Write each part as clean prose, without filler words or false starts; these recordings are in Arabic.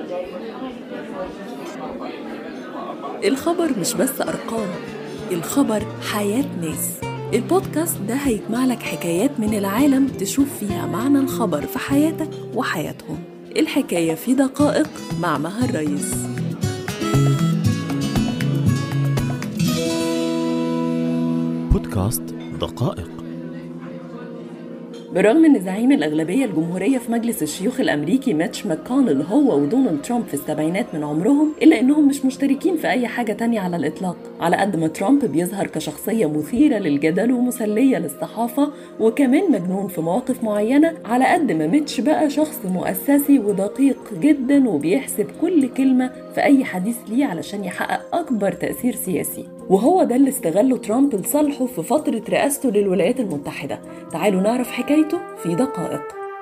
الخبر مش بس أرقام، الخبر حياة ناس. البودكاست ده هيجمع لك حكايات من العالم تشوف فيها معنى الخبر في حياتك وحياتهم. الحكاية في دقائق مع مها الرئيس. بودكاست دقائق. بالرغم ان زعيم الأغلبية الجمهورية في مجلس الشيوخ الأمريكي ميتش ماكونيل هو ودونالد ترامب في السبعينات من عمرهم، إلا إنهم مش مشتركين في أي حاجة تانية على الإطلاق. على قد ما ترامب بيظهر كشخصية مثيرة للجدل ومسلية للصحافة وكمان مجنون في مواقف معينة، على قد ما ميتش بقى شخص مؤسسي ودقيق جدا وبيحسب كل كلمة في أي حديث ليه علشان يحقق أكبر تأثير سياسي. وهو ده اللي استغله ترامب لصالحه في فترة رئاسته للولايات المتحدة. تعالوا نعرف حكايته في دقائق.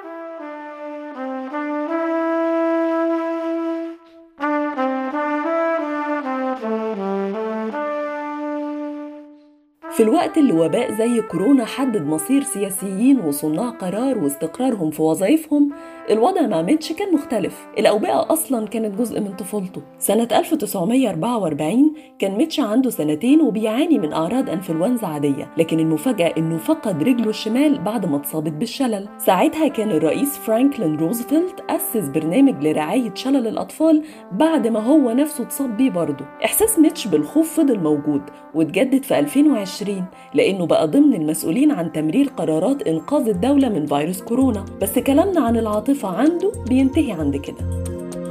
في الوقت اللي وباء زي كورونا حدد مصير سياسيين وصناع قرار واستقرارهم في وظائفهم، الوضع مع ميتش كان مختلف. الأوبئة أصلاً كانت جزء من طفولته. سنة 1944 كان ميتش عنده 2 سنين وبيعاني من أعراض أنفلونزا عادية، لكن المفاجأة إنه فقد رجله الشمال بعد ما اتصابت بالشلل. ساعتها كان الرئيس فرانكلين روزفلت أسس برنامج لرعاية شلل الأطفال بعد ما هو نفسه اتصاب بيه برضه. إحساس ميتش بالخوف فضل موجود واتجدد في 2020 لأنه بقى ضمن المسؤولين عن تمرير قرارات إنقاذ الدولة من فيروس كورونا. بس كلامنا عن العاطفة عنده بينتهي عند كده.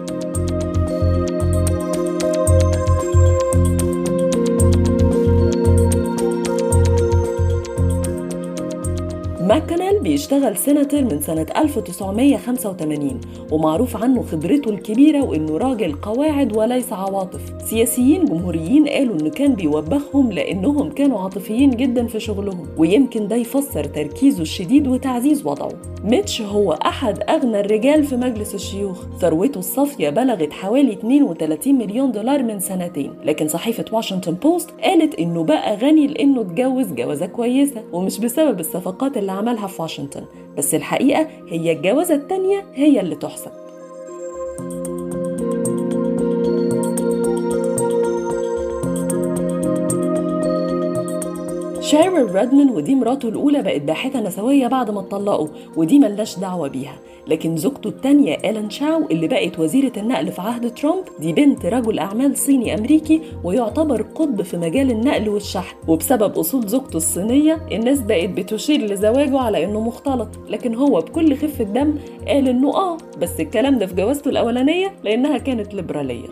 ماكونيل بيشتغل سيناتور من سنة 1985 ومعروف عنه خبرته الكبيرة وإنه راجل قواعد وليس عواطف. سياسيين جمهوريين قالوا إنه كان بيوبخهم لأنهم كانوا عاطفيين جدا في شغلهم، ويمكن ده يفسر تركيزه الشديد وتعزيز وضعه. ميتش هو أحد أغنى الرجال في مجلس الشيوخ، ثروته الصافية بلغت حوالي 32 مليون دولار من سنتين، لكن صحيفة واشنطن بوست قالت إنه بقى غني لأنه اتجوز جوازة كويسة ومش بسبب الصفقات اللي عملها في واشنطن. بس الحقيقة هي الجوازة التانية هي اللي تحسب. شيريل ريدمان ودي مراته الأولى بقت باحثة نسوية بعد ما اتطلقوا، ودي ملناش دعوة بيها. لكن زوجته التانية إيلان شاو اللي بقت وزيرة النقل في عهد ترامب، دي بنت رجل أعمال صيني أمريكي ويعتبر قطب في مجال النقل والشحن. وبسبب أصول زوجته الصينية الناس بقت بتشير لزواجه على إنه مختلط، لكن هو بكل خفة دم قال إنه بس الكلام ده في جوازته الأولانية لأنها كانت ليبرالية.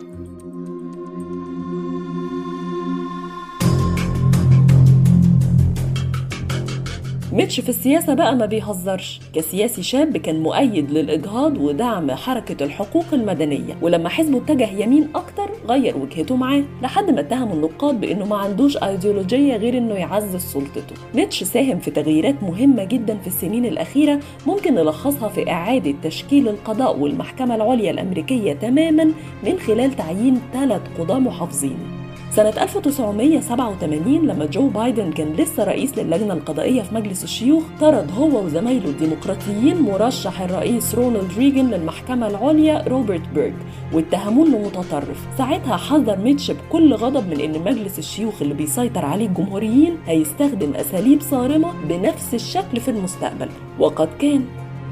ميتش في السياسة بقى ما بيهزرش. كسياسي شاب كان مؤيد للإجهاض ودعم حركة الحقوق المدنية، ولما حزبه اتجه يمين أكتر غير وجهته معاه لحد ما اتهم النقاد بأنه ما عندوش أيديولوجية غير أنه يعزز سلطته. ميتش ساهم في تغييرات مهمة جدا في السنين الأخيرة ممكن نلخصها في إعادة تشكيل القضاء والمحكمة العليا الأمريكية تماما من خلال تعيين 3 قضاة محافظين. سنة 1987 لما جو بايدن كان لسه رئيس للجنة القضائية في مجلس الشيوخ، طرد هو وزمايله الديمقراطيين مرشح الرئيس رونالد ريغان للمحكمة العليا روبرت بيرج واتهموه انه متطرف. ساعتها حذر ميتش بكل غضب من ان مجلس الشيوخ اللي بيسيطر عليه الجمهوريين هيستخدم أساليب صارمة بنفس الشكل في المستقبل، وقد كان.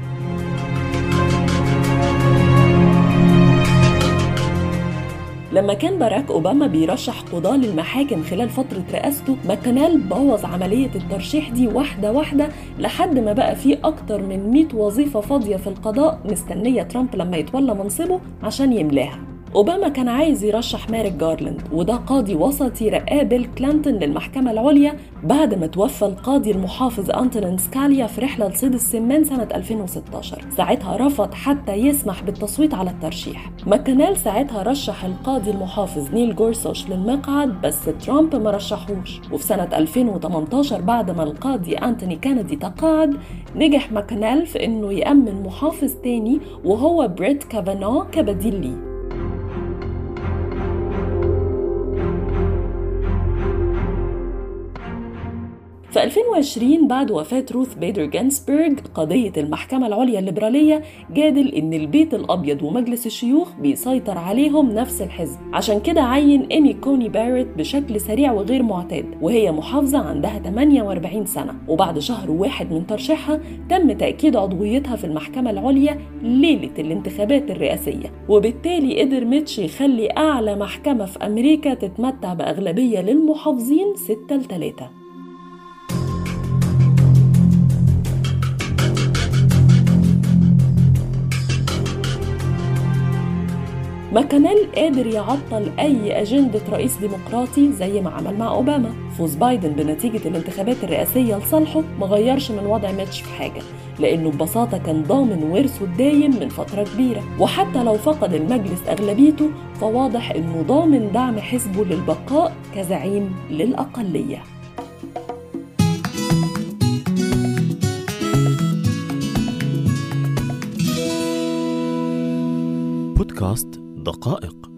لما كان باراك أوباما بيرشح قضاة للمحاكم خلال فترة رئاسته، ماكونيل بوظ عملية الترشيح دي واحدة واحدة لحد ما بقى فيه أكتر من 100 وظيفة فاضية في القضاء مستنية ترامب لما يتولى منصبه عشان يملاها. أوباما كان عايز يرشح ميريك جارلاند، وده قاضي وسطي رقاه بيل كلينتون للمحكمة العليا بعد ما توفى القاضي المحافظ أنتونين سكاليا في رحلة لصيد السمان سنة 2016. ساعتها رفض حتى يسمح بالتصويت على الترشيح. ماكونيل ساعتها رشح القاضي المحافظ نيل جورسوش للمقعد، بس ترامب ما رشحوش. وفي سنة 2018 بعد ما القاضي أنتوني كينيدي تقاعد، نجح ماكونيل في إنه يأمن محافظ تاني وهو بريت كافانو كبديل ليه. في 2020 بعد وفاة روث بيدر جينسبرج قضية المحكمة العليا الليبرالية جادل إن البيت الأبيض ومجلس الشيوخ بيسيطر عليهم نفس الحزب، عشان كده عين إيمي كوني باريت بشكل سريع وغير معتاد وهي محافظة عندها 48 سنة، وبعد شهر واحد من ترشيحها تم تأكيد عضويتها في المحكمة العليا ليلة الانتخابات الرئاسية، وبالتالي قدر ميتش يخلي أعلى محكمة في أمريكا تتمتع بأغلبية للمحافظين 6-3. ماكونيل قادر يعطل أي أجندة رئيس ديمقراطي زي ما عمل مع أوباما. فوز بايدن بنتيجة الانتخابات الرئاسية لصالحه مغيرش من وضع ميتش في حاجة، لأنه ببساطة كان ضامن ورثه الدايم من فترة كبيرة، وحتى لو فقد المجلس أغلبيته فواضح إنه ضامن دعم حزبه للبقاء كزعيم للأقلية. بودكاست دقائق.